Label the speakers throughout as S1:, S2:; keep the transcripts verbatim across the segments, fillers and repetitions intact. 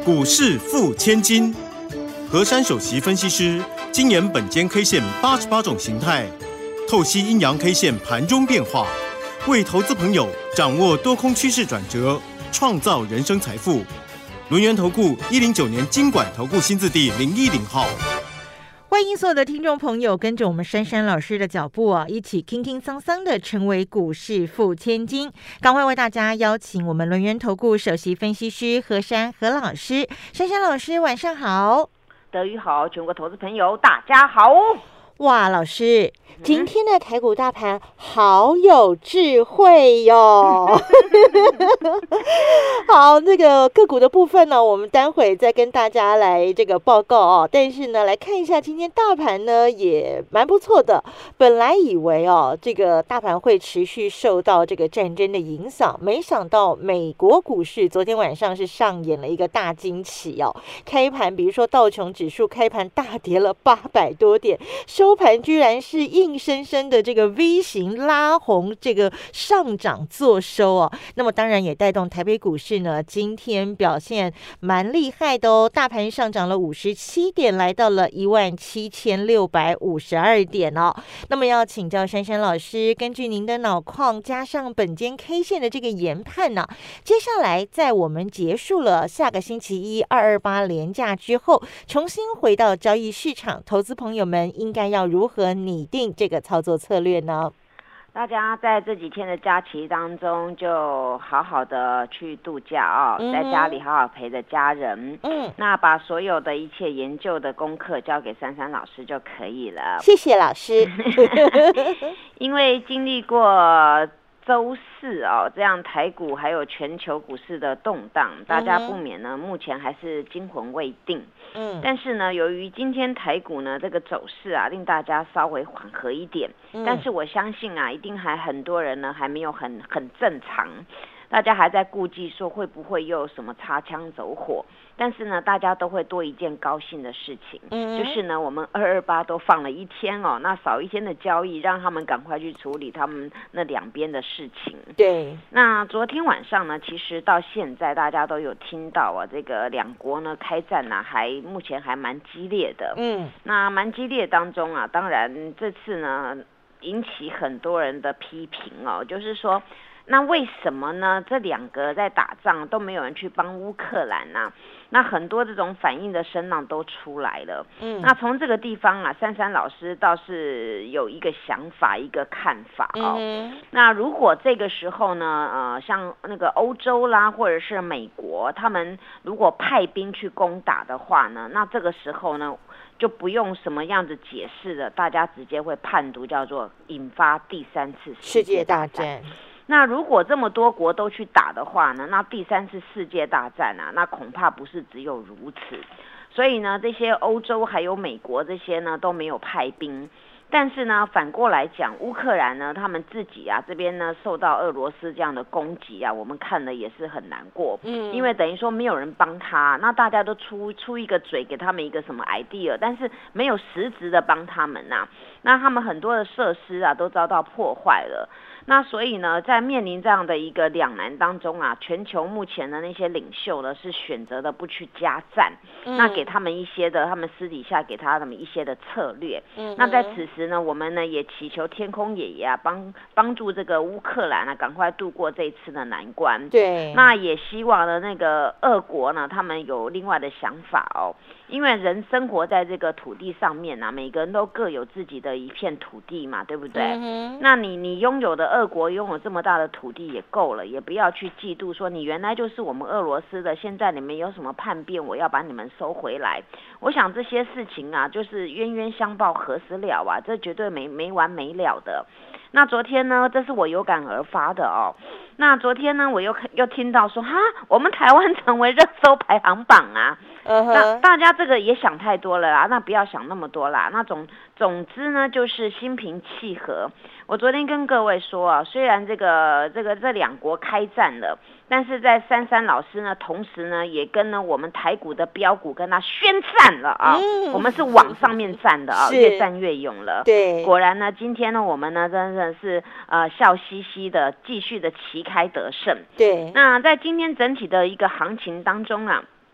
S1: 股市付千金，和山首席分析师精研本间 K 线八十八种形态，透析阴阳 K 线盘中变化，为投资朋友掌握多空趋势转折，创造人生财富。轮源投顾一零九年金管投顾新字第零一零号。
S2: 欢迎所有的听众朋友跟着我们珊珊老师的脚步啊，一起轻轻桑桑的成为股市富千金。赶快为大家邀请我们轮源投顾首席分析师何珊何老师。珊珊老师晚上好。
S3: 德语好，全国投资朋友大家好。
S2: 哇，老师，今天的台股大盘好有智慧哟！好，那个个股的部分呢，我们待会再跟大家来这个报告哦。但是呢，来看一下今天大盘呢也蛮不错的。本来以为哦，这个大盘会持续受到这个战争的影响，没想到美国股市昨天晚上是上演了一个大惊喜哦。开盘，比如说道琼指数开盘大跌了八百多点，收收盘居然是硬生生的这个 V 型拉红，这个上涨做收哦。那么当然也带动台北股市呢，今天表现蛮厉害的哦。大盘上涨了五十七点，来到了一万七千六百五十二点哦。那么要请教珊珊老师，根据您的脑矿加上本间 K 线的这个研判呢，接下来在我们结束了下个星期一二二八连假之后，重新回到交易市场，投资朋友们应该要要如何拟定这个操作策略呢？
S3: 大家在这几天的假期当中，就好好的去度假哦，嗯、在家里好好陪着家人。嗯，那把所有的一切研究的功课交给珊珊老师就可以了。
S2: 谢谢老师。
S3: 因为经历过周四哦，这样台股还有全球股市的动荡，大家不免呢，目前还是惊魂未定。嗯，但是呢，由于今天台股呢这个走势啊，令大家稍微缓和一点。嗯，但是我相信啊，一定还很多人呢还没有很很正常。大家还在顾忌说会不会又有什么擦枪走火，但是呢，大家都会多一件高兴的事情，嗯、就是呢，我们二二八都放了一天哦，那少一天的交易，让他们赶快去处理他们那两边的事情。
S2: 对，
S3: 那昨天晚上呢，其实到现在大家都有听到啊，这个两国呢开战呢，还目前还蛮激烈的。嗯，那蛮激烈当中啊，当然这次呢引起很多人的批评哦，就是说。那为什么呢？这两个在打仗都没有人去帮乌克兰啊？那很多这种反应的声浪都出来了。嗯，那从这个地方啊，珊珊老师倒是有一个想法，一个看法哦。嗯、那如果这个时候呢，呃，像那个欧洲啦，或者是美国，他们如果派兵去攻打的话呢，那这个时候呢，就不用什么样子解释了，大家直接会判读叫做引发第三次世界大战。那如果这么多国都去打的话呢，那第三次世界大战啊，那恐怕不是只有如此。所以呢，这些欧洲还有美国这些呢都没有派兵。但是呢，反过来讲，乌克兰呢，他们自己啊这边呢受到俄罗斯这样的攻击啊，我们看了也是很难过。嗯，因为等于说没有人帮他，那大家都出出一个嘴给他们一个什么 idea， 但是没有实质的帮他们啊，那他们很多的设施啊都遭到破坏了。那所以呢，在面临这样的一个两难当中啊，全球目前的那些领袖呢是选择的不去加战，嗯、那给他们一些的，他们私底下给他们一些的策略。嗯，那在此时呢，我们呢也祈求天空爷爷啊帮帮助这个乌克兰啊赶快度过这一次的难关。
S2: 对，
S3: 那也希望呢那个俄国呢他们有另外的想法哦，因为人生活在这个土地上面啊，每个人都各有自己的一片土地嘛，对不对？嗯、那你你拥有的俄国拥有这么大的土地也够了，也不要去嫉妒说你原来就是我们俄罗斯的，现在你们有什么叛变，我要把你们收回来。我想这些事情啊，就是冤冤相报何时了啊，这绝对没没完没了的。那昨天呢，这是我有感而发的哦。那昨天呢，我又又听到说，哈，我们台湾成为热搜排行榜啊。Uh-huh. 那大家这个也想太多了啦，那不要想那么多啦。那总总之呢，就是心平气和。我昨天跟各位说啊，虽然这个这个这两国开战了，但是在珊珊老师呢，同时呢也跟呢我们台股的标股跟他宣战了啊。嗯、我们是往上面站的啊，越战越勇了。
S2: 对，
S3: 果然呢，今天呢我们呢真的是呃笑嘻嘻的，继续的旗开得胜。
S2: 对，
S3: 那在今天整体的一个行情当中啊。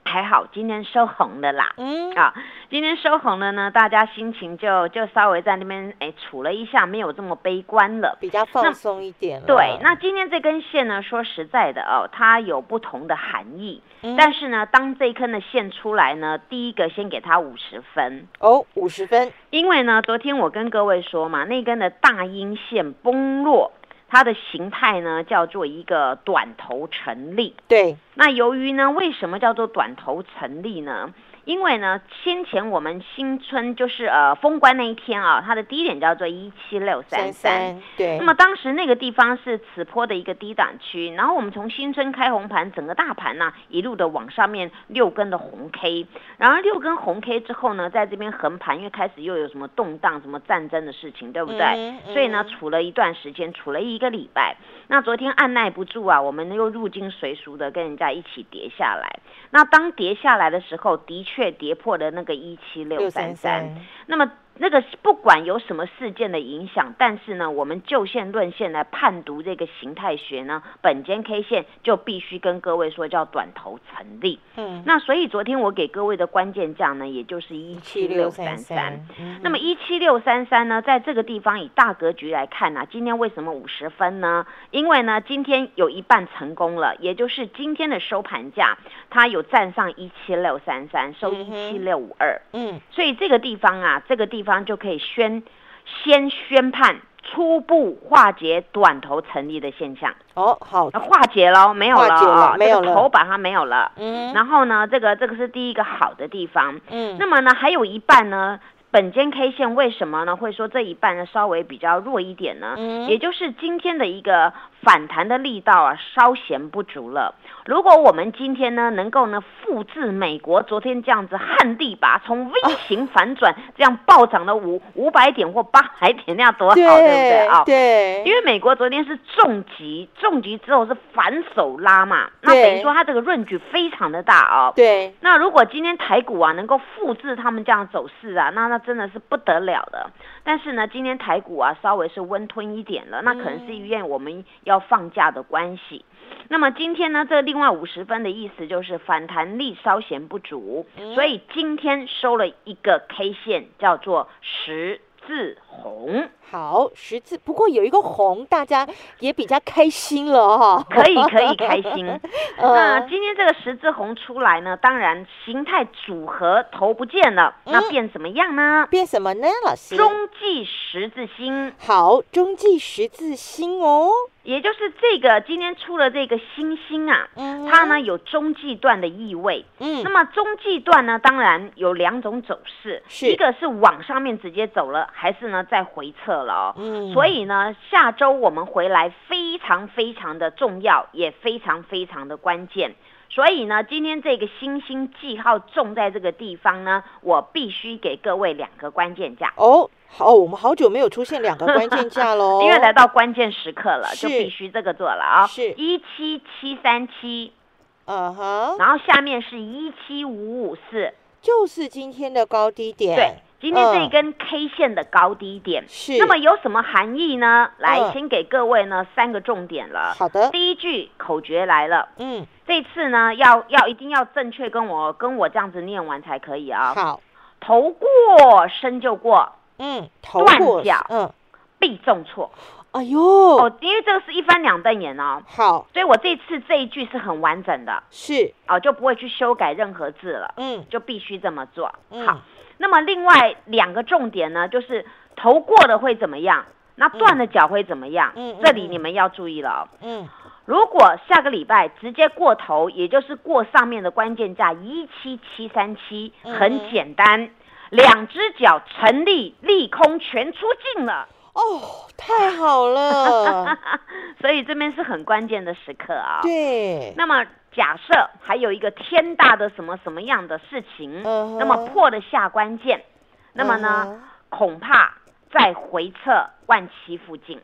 S3: 还好今天收红了啦，嗯啊，今天收红了呢，大家心情就就稍微在那边哎处了一下，没有这么悲观了，
S2: 比较放松一点了。
S3: 对，那今天这根线呢，说实在的哦，它有不同的含义，嗯、但是呢，当这一根的线出来呢，第一个先给它五十分
S2: 哦，五十分，
S3: 因为呢，昨天我跟各位说嘛，那根的大阴线崩落。它的形态呢叫做一个短头成立。
S2: 对，
S3: 那由于呢，为什么叫做短头成立呢？因为呢，先前我们新春就是呃封关那一天啊，它的低点叫做一七六三三，
S2: 对。
S3: 那么当时那个地方是此波的一个低档区，然后我们从新春开红盘，整个大盘呢、啊、一路的往上面六根的红 K， 然后六根红 K 之后呢，在这边横盘，因为开始又有什么动荡、什么战争的事情，对不对？嗯嗯、所以呢，处了一段时间，处了一个礼拜。那昨天按耐不住啊，我们又入境随俗的跟人家一起跌下来。那当跌下来的时候，的确。却跌破了那个一七六三三，那么那个不管有什么事件的影响，但是呢，我们就线论线来判读这个形态学呢，本间 K 线就必须跟各位说叫短头成立。嗯，那所以昨天我给各位的关键价呢，也就是一七六三三。那么一七六三三呢，在这个地方以大格局来看呢、啊，今天为什么五十分呢？因为呢，今天有一半成功了，也就是今天的收盘价，它有站上一七六三三，收一七六五二。嗯，所以这个地方啊，这个地方。就可以宣先宣判初步化解短头成立的现象
S2: 哦，好，
S3: 化解了，没有了，
S2: 了没有了，
S3: 这个头把它没有了，嗯，然后呢，这个这个是第一个好的地方，嗯，那么呢，还有一半呢。本间 K 线为什么呢会说这一半呢稍微比较弱一点呢？嗯，也就是今天的一个反弹的力道啊稍显不足了。如果我们今天呢能够呢复制美国昨天这样子旱地拔葱 V 型反转，这样暴涨了五五百点或八百点，那样多好，对不对啊？
S2: 对，
S3: 因为美国昨天是重击，重击之后是反手拉嘛，那等于说它这个润距非常的大哦。
S2: 对，
S3: 那如果今天台股啊能够复制他们这样走势啊，那那真的是不得了的。但是呢，今天台股啊稍微是温吞一点了，那可能是因为我们要放假的关系。那么今天呢，这另外五十分的意思就是反弹力稍显不足，所以今天收了一个 K 线，叫做十字红。
S2: 好，十字，不过有一个红，大家也比较开心了哈、哦。
S3: 可以，可以开心。那今天这个十字红出来呢，当然形态组合头不见了，嗯、那变怎么样呢？
S2: 变什么呢，老师？
S3: 中继十字星。
S2: 好，中继十字星哦。
S3: 也就是这个今天出了这个星星啊，嗯、它呢有中继段的意味。嗯，那么中继段呢，当然有两种走势，一个是往上面直接走了，还是呢再回撤了哦。嗯，所以呢，下周我们回来非常非常的重要，也非常非常的关键。所以呢，今天这个星星记号种在这个地方呢，我必须给各位两个关键价
S2: 哦。好，我们好久没有出现两个关键价喽，
S3: 因为来到关键时刻了，就必须这个做了啊、哦。
S2: 是
S3: 一七七三七，
S2: 嗯哼，
S3: 然后下面是一七五五四，
S2: 就是今天的高低点。
S3: 对。今天这一根 K 线的高低点、嗯、是，那么有什么含义呢？来，嗯、先给各位呢三个重点了。
S2: 好的，
S3: 第一句口诀来了，嗯，这次呢要要一定要正确跟我跟我这样子念完才可以啊。
S2: 好，
S3: 头过身就过，
S2: 嗯，头过
S3: 断脚，
S2: 嗯，
S3: 必重挫。
S2: 哎呦，哦，
S3: 因为这个是一翻两瞪眼哦。
S2: 好，
S3: 所以我这次这一句是很完整的，
S2: 是
S3: 哦，就不会去修改任何字了，
S2: 嗯，
S3: 就必须这么做。
S2: 嗯、
S3: 好。那么另外两个重点呢，就是头过了会怎么样，那断了脚会怎么样、嗯、这里你们要注意了、哦、嗯，如果下个礼拜直接过头，也就是过上面的关键价一七七三七，很简单、嗯、两只脚成立，利空全出尽了
S2: 哦，太好了
S3: 所以这边是很关键的时刻啊、哦。
S2: 对，
S3: 那么假设还有一个天大的什么什么样的事情， uh-huh. 那么破了下关键，那么呢、uh-huh. 恐怕在回撤万七附近。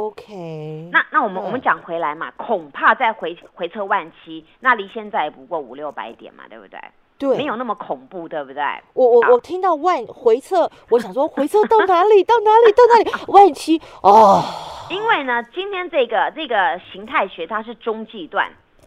S2: OK，
S3: 那那我们、嗯、我们讲回来嘛，恐怕在回回撤万七，那离现在也不过五六百点嘛，对不对？
S2: 对，
S3: 没有那么恐怖，对不对？
S2: 我我我听到万回撤，我想说回撤到哪里？到哪里？到哪里？万七哦。
S3: 因为呢，今天这个这个形态学它是中继段。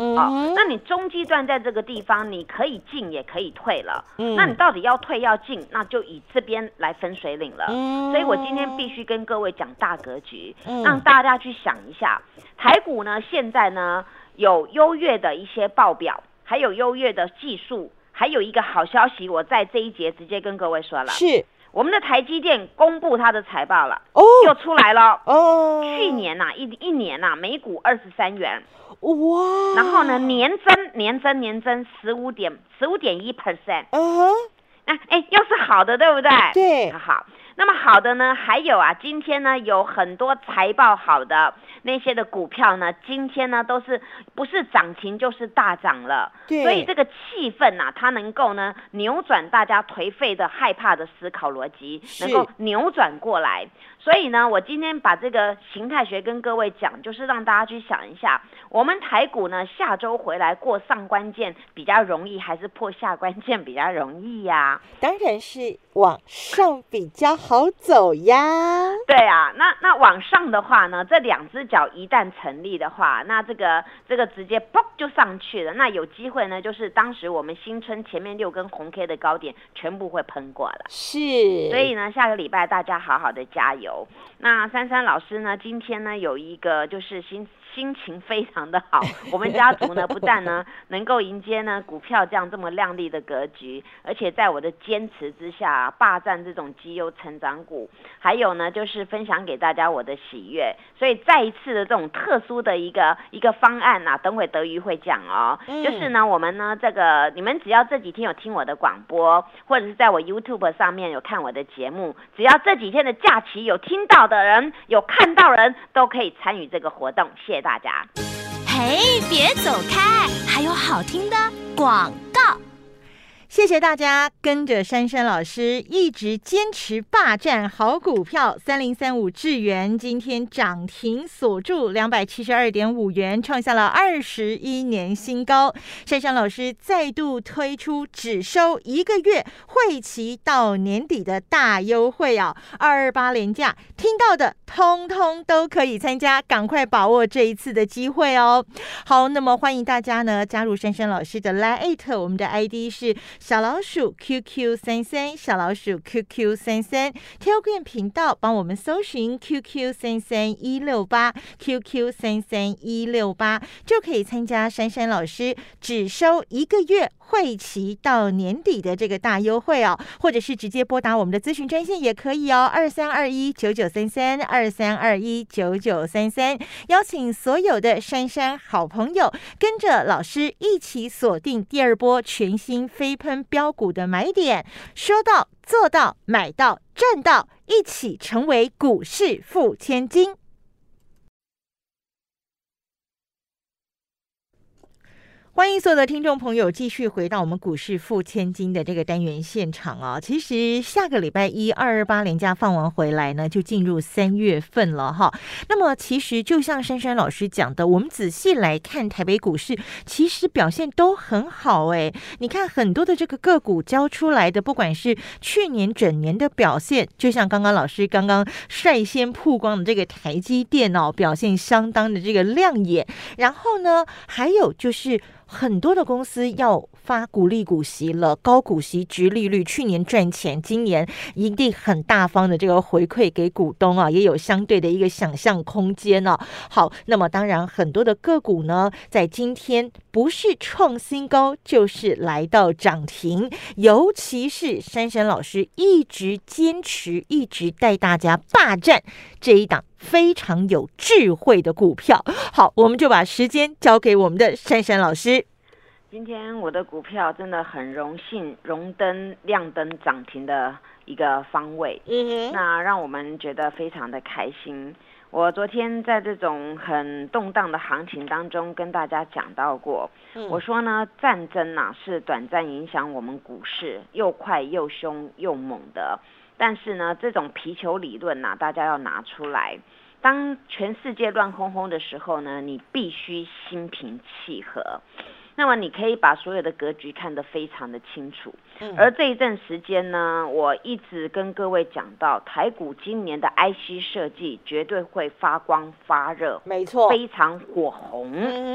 S3: 嗯、哦，那你中继段在这个地方，你可以进也可以退了。嗯，那你到底要退要进，那就以这边来分水岭了。嗯，所以我今天必须跟各位讲大格局，嗯、让大家去想一下，台股呢现在呢有优越的一些报表，还有优越的技术，还有一个好消息，我在这一节直接跟各位说了，
S2: 是。
S3: 我们的台积电公布它的财报了，哦，又出来了。哦，去年呐、啊，一一年呐、啊，每股二十三元，哇！然后呢，年增年增年增十五点十五点一 percent。嗯哼，那哎，又是好的，对不对？
S2: 对，
S3: 好。那么好的呢，还有啊，今天呢有很多财报好的那些的股票呢，今天呢都是不是涨停就是大涨了，所以这个气氛啊，它能够呢扭转大家颓废的害怕的思考逻辑，能够扭转过来。所以呢，我今天把这个形态学跟各位讲，就是让大家去想一下，我们台股呢下周回来过上关键比较容易，还是破下关键比较容易呀、啊？
S2: 当然是往上比较好走呀。
S3: 对啊，那那往上的话呢，这两只脚一旦成立的话，那这个这个直接嘣就上去了。那有机会呢，就是当时我们新春前面六根红 K 的高点全部会喷过了。
S2: 是，
S3: 所以呢，下个礼拜大家好好的加油。那珊珊老师呢，今天呢有一个就是新。心情非常的好，我们家族呢不但呢能够迎接呢股票这样这么亮丽的格局，而且在我的坚持之下、啊、霸占这种绩优成长股，还有呢就是分享给大家我的喜悦，所以再一次的这种特殊的一个一个方案啊，等会德瑜会讲哦、嗯，就是呢我们呢这个你们只要这几天有听我的广播，或者是在我 YouTube 上面有看我的节目，只要这几天的假期有听到的人有看到人都可以参与这个活动，谢谢大家。
S4: 嘿，别走开，还有好听的广告。
S2: 谢谢大家跟着珊珊老师一直坚持霸占好股票，三零三五智原今天涨停锁住两百七十二点五元，创下了二十一年新高。珊珊老师再度推出只收一个月会期到年底的大优惠啊，二二八连假听到的通通都可以参加，赶快把握这一次的机会哦。好，那么欢迎大家呢加入珊珊老师的 Line， 我们的 I D 是小老鼠 Q Q 三三， 小老鼠 Q Q 三三， Telegram 频道帮我们搜寻 Q Q 三三一六八 Q Q 三三一六八，就可以参加珊珊老师只收一个月会期到年底的这个大优惠哦，或者是直接拨打我们的咨询专线也可以哦，二三二一九九三三 二三二一九九三三，邀请所有的珊珊好朋友跟着老师一起锁定第二波全新飞喷标股的买点，说到做到，买到赚到，一起成为股市富千金。欢迎所有的听众朋友继续回到我们股市富千金的这个单元现场啊！其实下个礼拜一二二八连假放完回来呢，就进入三月份了哈。那么其实就像珊珊老师讲的，我们仔细来看台北股市，其实表现都很好哎。你看很多的这个个股交出来的，不管是去年整年的表现，就像刚刚老师刚刚率先曝光的这个台积电哦，表现相当的这个亮眼。然后呢，还有就是很多的公司要发股利股息了，高股息殖利率，去年赚钱，今年一定很大方的这个回馈给股东啊，也有相对的一个想象空间哦。好，那么当然很多的个股呢，在今天不是创新高，就是来到涨停，尤其是珊珊老师一直坚持，一直带大家霸占这一档非常有智慧的股票。好，我们就把时间交给我们的珊珊老师。
S3: 今天我的股票真的很荣幸荣登亮灯涨停的一个方位，嗯，那让我们觉得非常的开心。我昨天在这种很动荡的行情当中跟大家讲到过，嗯，我说呢，战争啊是短暂影响我们股市，又快又凶又猛的，但是呢，这种皮球理论啊，大家要拿出来。当全世界乱哄哄的时候呢，你必须心平气和。那么你可以把所有的格局看得非常的清楚，嗯，而这一阵时间呢，我一直跟各位讲到，台股今年的 I C 设计绝对会发光发热，
S2: 没错，
S3: 非常火红，嗯，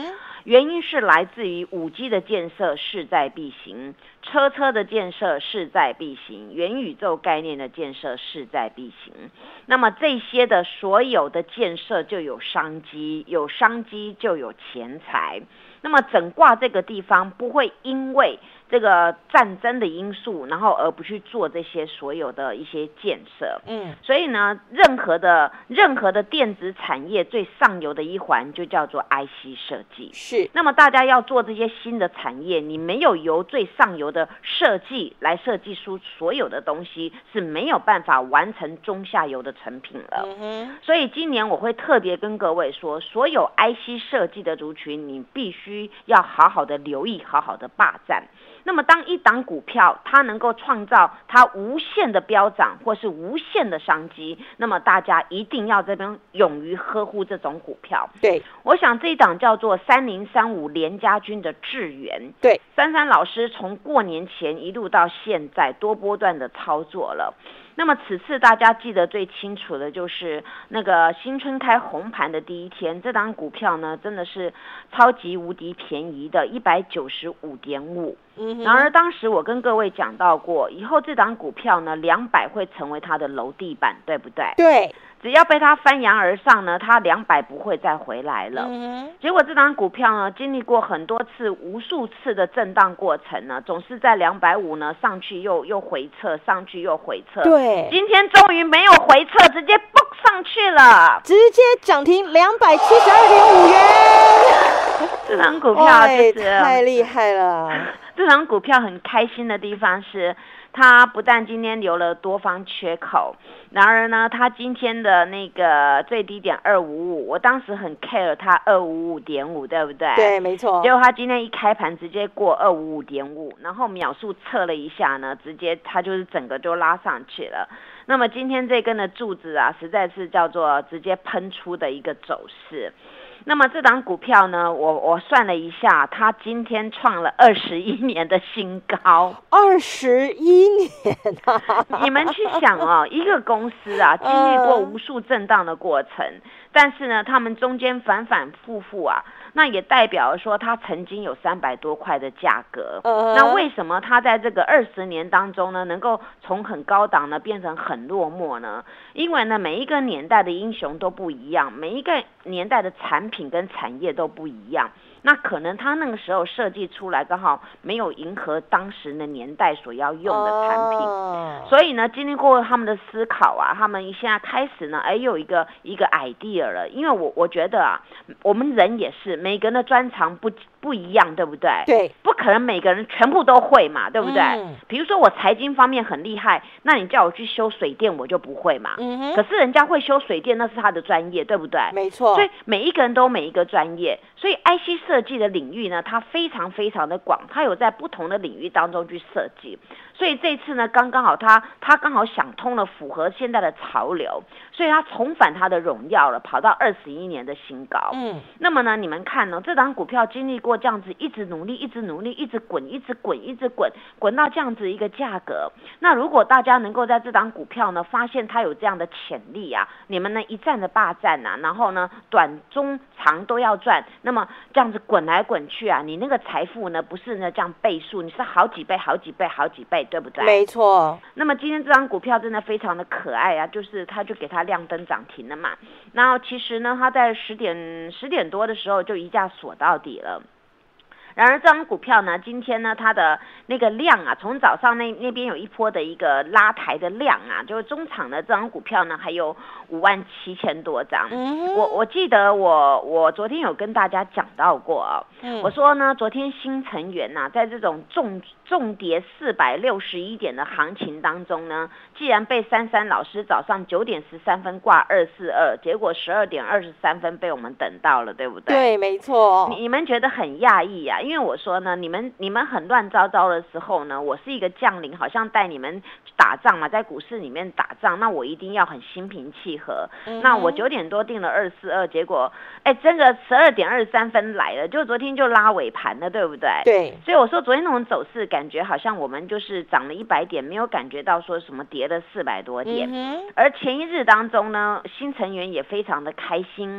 S3: 原因是来自于 五 G 的建设势在必行，车车的建设势在必行，元宇宙概念的建设势在必行。那么这些的所有的建设就有商机，有商机就有钱财。那么整卦这个地方不会因为这个战争的因素，然后而不去做这些所有的一些建设。嗯，所以呢，任何的任何的电子产业最上游的一环就叫做 I C 设计。
S2: 是。
S3: 那么大家要做这些新的产业，你没有由最上游的设计来设计出所有的东西，是没有办法完成中下游的成品了。嗯哼。所以今年我会特别跟各位说，所有 I C 设计的族群，你必须要好好的留意，好好的霸占。那么当一档股票它能够创造它无限的飙涨或是无限的商机，那么大家一定要这边勇于呵护这种股票。
S2: 对，
S3: 我想这一档叫做三零三五联家军的智原。
S2: 对，
S3: 珊珊老师从过年前一路到现在多波段的操作了。那么此次大家记得最清楚的就是那个新春开红盘的第一天，这档股票呢真的是超级无敌便宜的一百九十五点五。嗯，然而当时我跟各位讲到过，以后这档股票呢两百会成为它的楼地板，对不对？
S2: 对，
S3: 只要被它翻扬而上呢，它两百不会再回来了。嗯，结果这档股票呢经历过很多次无数次的震荡过程呢，总是在两百五呢上去又又回撤，上去又回撤。
S2: 对，
S3: 今天终于没有回撤，直接蹦上去了，
S2: 直接涨停两百七十二点五元。
S3: 这档股票就是、
S2: 哎、太厉害了。
S3: 这档股票很开心的地方是，它不但今天留了多方缺口，然而呢，它今天的那个最低点二五五，我当时很 care 它二五五点五，对不对？
S2: 对，没错。
S3: 结果它今天一开盘直接过二五五点五，然后秒数测了一下呢，直接它就是整个就拉上去了。那么今天这根的柱子啊，实在是叫做直接喷出的一个走势。那么这档股票呢，我我算了一下，它今天创了二十一年的新高。
S2: 二十一年啊！
S3: 你们去想哦，一个公司啊，经历过无数震荡的过程，但是呢，他们中间反反复复啊，那也代表说它曾经有三百多块的价格。Uh-huh. 那为什么它在这个二十年当中呢，能够从很高档呢变成很落寞呢？因为呢，每一个年代的英雄都不一样，每一个年代的产品跟产业都不一样。那可能他那个时候设计出来刚好没有迎合当时的年代所要用的产品， oh. 所以呢，经历过他们的思考啊，他们现在开始呢，哎，有一个一个 idea 了。因为我我觉得啊，我们人也是每个人的专长不不一样，对不对？
S2: 对，
S3: 不可能每个人全部都会嘛，对不对？嗯、比如说我财经方面很厉害，那你叫我去修水电，我就不会嘛。嗯哼。可是人家会修水电，那是他的专业，对不对？
S2: 没错。
S3: 所以每一个人都有每一个专业，所以 I C 设计的领域呢，它非常非常的广，它有在不同的领域当中去设计。所以这次呢，刚刚好他他刚好想通了，符合现在的潮流，所以他重返他的荣耀了，跑到二十一年的新高。嗯，那么呢，你们看呢，这档股票经历过这样子一直努力，一直努力，一直滚，一直滚，一直滚，滚到这样子一个价格。那如果大家能够在这档股票呢，发现它有这样的潜力啊，你们呢一战的霸占啊，然后呢短中长都要赚，那么这样子滚来滚去啊，你那个财富呢不是呢这样倍数，你是好几倍、好几倍、好几倍。对不对？
S2: 没错。
S3: 那么今天这张股票真的非常的可爱啊，就是它就给它亮灯涨停了嘛。然后其实呢，它在十点十点多的时候就一价锁到底了。然而这张股票呢，今天呢它的那个量啊，从早上那那边有一波的一个拉抬的量啊，就是中场的这张股票呢还有五万七千多张。嗯、我我记得我我昨天有跟大家讲到过啊、哦嗯，我说呢昨天新成员呐、啊，在这种重重跌四百六十一点的行情当中呢，既然被珊珊老师早上九点十三分挂二四二，结果十二点二十三分被我们等到了，对不对？
S2: 对，没错。
S3: 你你们觉得很讶异啊？因为我说呢，你们你们很乱糟糟的时候呢，我是一个将领，好像带你们打仗嘛，在股市里面打仗，那我一定要很心平气和。嗯、那我九点多定了二四二，结果哎，真的十二点二十三分来了，就昨天就拉尾盘了，对不对？
S2: 对。
S3: 所以我说昨天那种走势，感觉好像我们就是涨了一百点，没有感觉到说什么跌了四百多点。嗯、而前一日当中呢，新成员也非常的开心。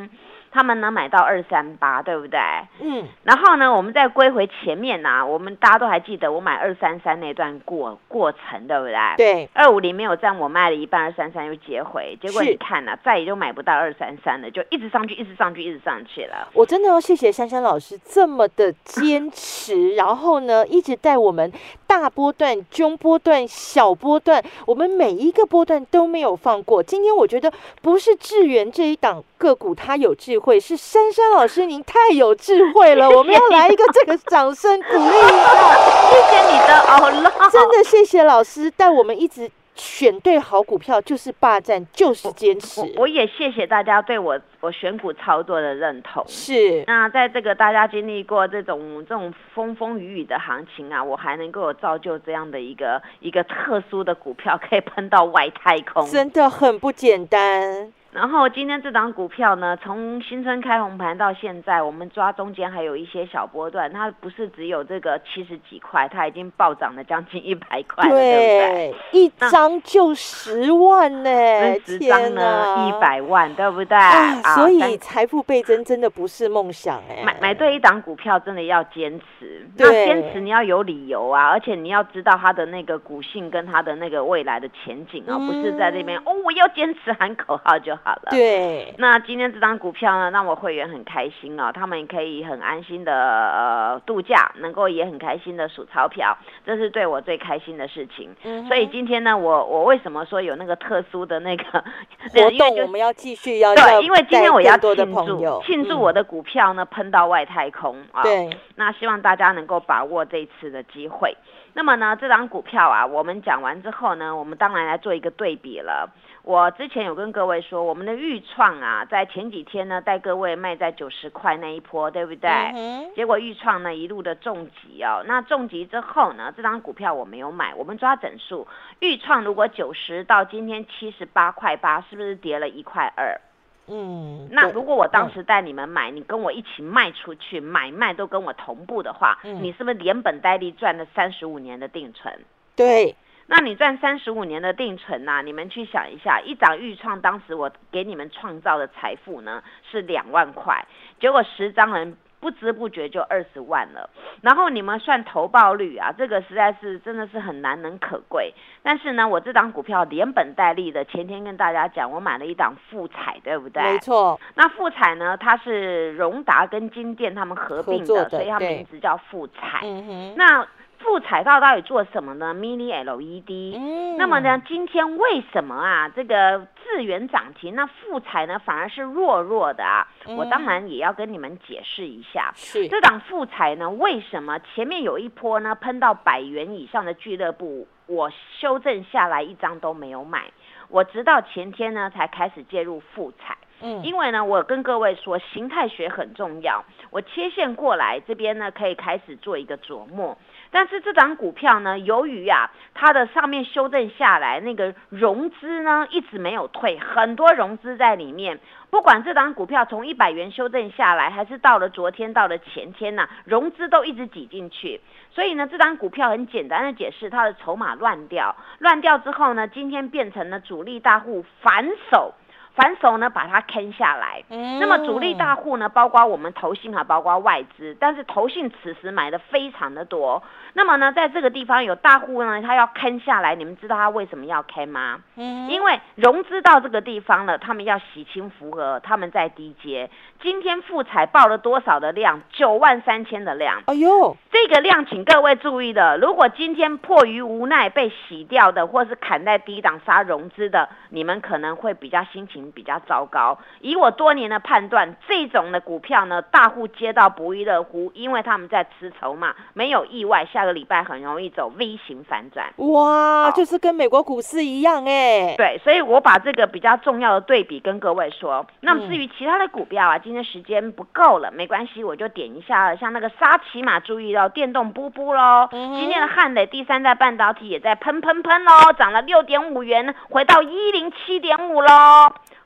S3: 他们呢买到二三八，对不对？
S2: 嗯。
S3: 然后呢，我们再归回前面啊，我们大家都还记得我买二三三那段过过程，对不对？
S2: 对。
S3: 二五零没有占，我卖了一半，二三三又接回，结果你看啊，再也就买不到二三三了，就一直上去，一直上去，一直上去了。
S2: 我真的要谢谢珊珊老师这么的坚持，然后呢，一直带我们大波段、中波段、小波段，我们每一个波段都没有放过。今天我觉得不是智原这一档个股它有智慧，是珊珊老师您太有智慧了，我们要来一个这个掌声鼓励一下，
S3: 谢谢你的哦喽，
S2: 真的谢谢老师带我们一直选对好股票，就是霸占，就是坚持。
S3: 我, 我也谢谢大家对我我选股操作的认同。
S2: 是，
S3: 那在这个大家经历过这种这种风风雨雨的行情啊，我还能够有造就这样的一个一个特殊的股票，可以喷到外太空，
S2: 真的很不简单。
S3: 然后今天这档股票呢，从新春开红盘到现在，我们抓中间还有一些小波段，它不是只有这个七十几块，它已经暴涨了将近一百块了，对不对？
S2: 一张就十万呢、
S3: 欸，十张呢一百万，对不对？
S2: 啊啊、所以财富倍增真的不是梦想哎、欸，
S3: 买买对一档股票真的要坚持，那坚持你要有理由啊，而且你要知道它的那个股性跟它的那个未来的前景啊，嗯、不是在这边哦，我要坚持喊口号就好了。
S2: 对，
S3: 那今天这张股票呢，让我会员很开心哦，他们可以很安心的呃度假，能够也很开心的数钞票，这是对我最开心的事情。嗯、所以今天呢，我我为什么说有那个特殊的那个
S2: 活动，我们要继续要
S3: 对，因为今天我要庆
S2: 祝
S3: 庆祝我的股票呢、嗯、喷到外太空啊！
S2: 对，
S3: 那希望大家能够把握这一次的机会。那么呢，这张股票啊，我们讲完之后呢，我们当然来做一个对比了。我之前有跟各位说，我们的预创啊，在前几天呢，带各位卖在九十块那一波，对不对？嗯、结果预创呢一路的重击哦，那重击之后呢，这张股票我没有买，我们抓整数，预创如果九十到今天七十八块八，是不是跌了一块二？嗯，那如果我当时带你们买，嗯、你跟我一起卖出去，买卖都跟我同步的话，嗯、你是不是连本带利赚了三十五年的定存？
S2: 对。
S3: 那你赚三十五年的定存啊，你们去想一下，一张预创当时我给你们创造的财富呢是两万块，结果十张人不知不觉就二十万了。然后你们算投报率啊，这个实在是真的是很难能可贵。但是呢，我这档股票连本带利的，前天跟大家讲，我买了一档富彩，对不对？
S2: 没错。
S3: 那富彩呢，它是荣达跟金店他们合并 的, 的，所以它名字叫富彩。嗯哼。那富彩到到底做什么呢 ？Mini L E D。嗯。那么呢，今天为什么啊这个智原涨停，那富彩呢反而是弱弱的啊？嗯、我当然也要跟你们解释一下。
S2: 是。
S3: 这档富彩呢，为什么前面有一波呢喷到百元以上的俱乐部，我修正下来一张都没有买，我直到前天呢才开始介入富彩。嗯，因为呢，我跟各位说，形态学很重要。我切线过来这边呢，可以开始做一个琢磨。但是这档股票呢，由于啊，它的上面修正下来，那个融资呢一直没有退，很多融资在里面。不管这档股票从一百元修正下来，还是到了昨天，到了前天呢、啊，融资都一直挤进去。所以呢，这档股票很简单的解释，它的筹码乱掉，乱掉之后呢，今天变成了主力大户反手。反手呢把它坑下来，嗯、那么主力大户呢，包括我们投信还包括外资，但是投信此时买的非常的多。那么呢，在这个地方有大户呢，他要坑下来，你们知道他为什么要坑吗？嗯、因为融资到这个地方了，他们要洗清符合，他们在低阶。今天富彩报了多少的量？九万三千的量。
S2: 哎呦，
S3: 这个量请各位注意的，如果今天迫于无奈被洗掉的，或是砍在低档杀融资的，你们可能会比较心情比较糟糕。以我多年的判断，这种的股票呢，大户接到不亦乐乎，因为他们在吃筹码，没有意外，下个礼拜很容易走 V 型反转。
S2: 哇，就是跟美国股市一样哎。
S3: 对，所以我把这个比较重要的对比跟各位说。那么至于其他的股票啊，今天时间不够了，没关系，我就点一下了。像那个沙琪玛，注意到电动布布咯、嗯、今天的汉磊第三代半导体也在喷喷喷咯，涨了六点五元，回到一零七点五咯。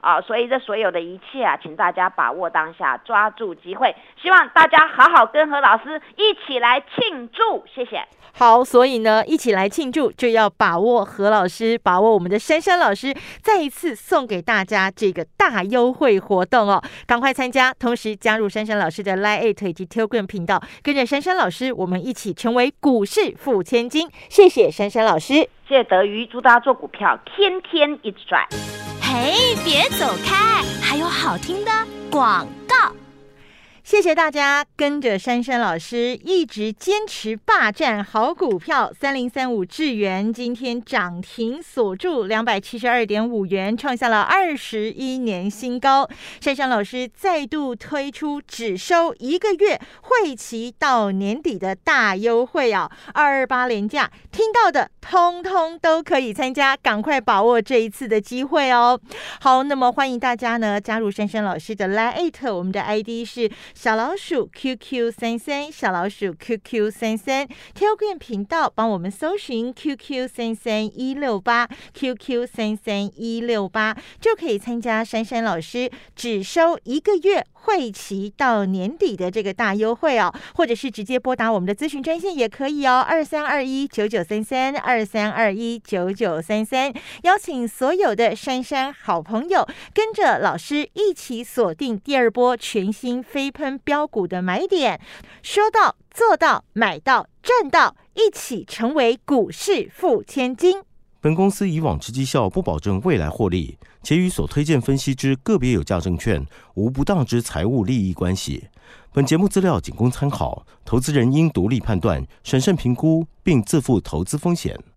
S3: 啊，所以这所有的一切啊，请大家把握当下，抓住机会，希望大家好好跟何老师一起来庆祝，谢谢。
S2: 好，所以呢，一起来庆祝，就要把握何老师，把握我们的珊珊老师再一次送给大家这个大优惠活动哦，赶快参加，同时加入珊珊老师的 Line 以及 Telegram 频道，跟着珊珊老师，我们一起成为股市富千金。谢谢珊珊老师，
S3: 谢谢德瑜，祝大家做股票天天一直赚。
S4: 嘿，别走开，还有好听的广告。
S2: 谢谢大家跟着珊珊老师一直坚持霸占好股票，三零三五智原今天涨停锁住两百七十二点五元，创下了二十一年新高。珊珊老师再度推出只收一个月会期到年底的大优惠啊，二二八连假听到的通通都可以参加，赶快把握这一次的机会哦。好，那么欢迎大家呢加入珊珊老师的 Line， 我们的 I D 是小老鼠 Q Q 三三， 小老鼠 Q Q 三三， Telegram 频道帮我们搜寻 Q Q 三三一六八 Q Q 三三一六八，就可以参加珊珊老师只收一个月会期到年底的这个大优惠哦，或者是直接拨打我们的咨询专线也可以哦，二三二一九九三三 二三二一九九三三，邀请所有的珊珊好朋友跟着老师一起锁定第二波全新飞喷标股的买点，说到做到，买到赚到，一起成为股市富千金。
S1: 本公司以往之绩效不保证未来获利，且与所推荐分析之个别有价证券无不当之财务利益关系。本节目资料仅供参考，投资人应独立判断、审慎评估，并自负投资风险。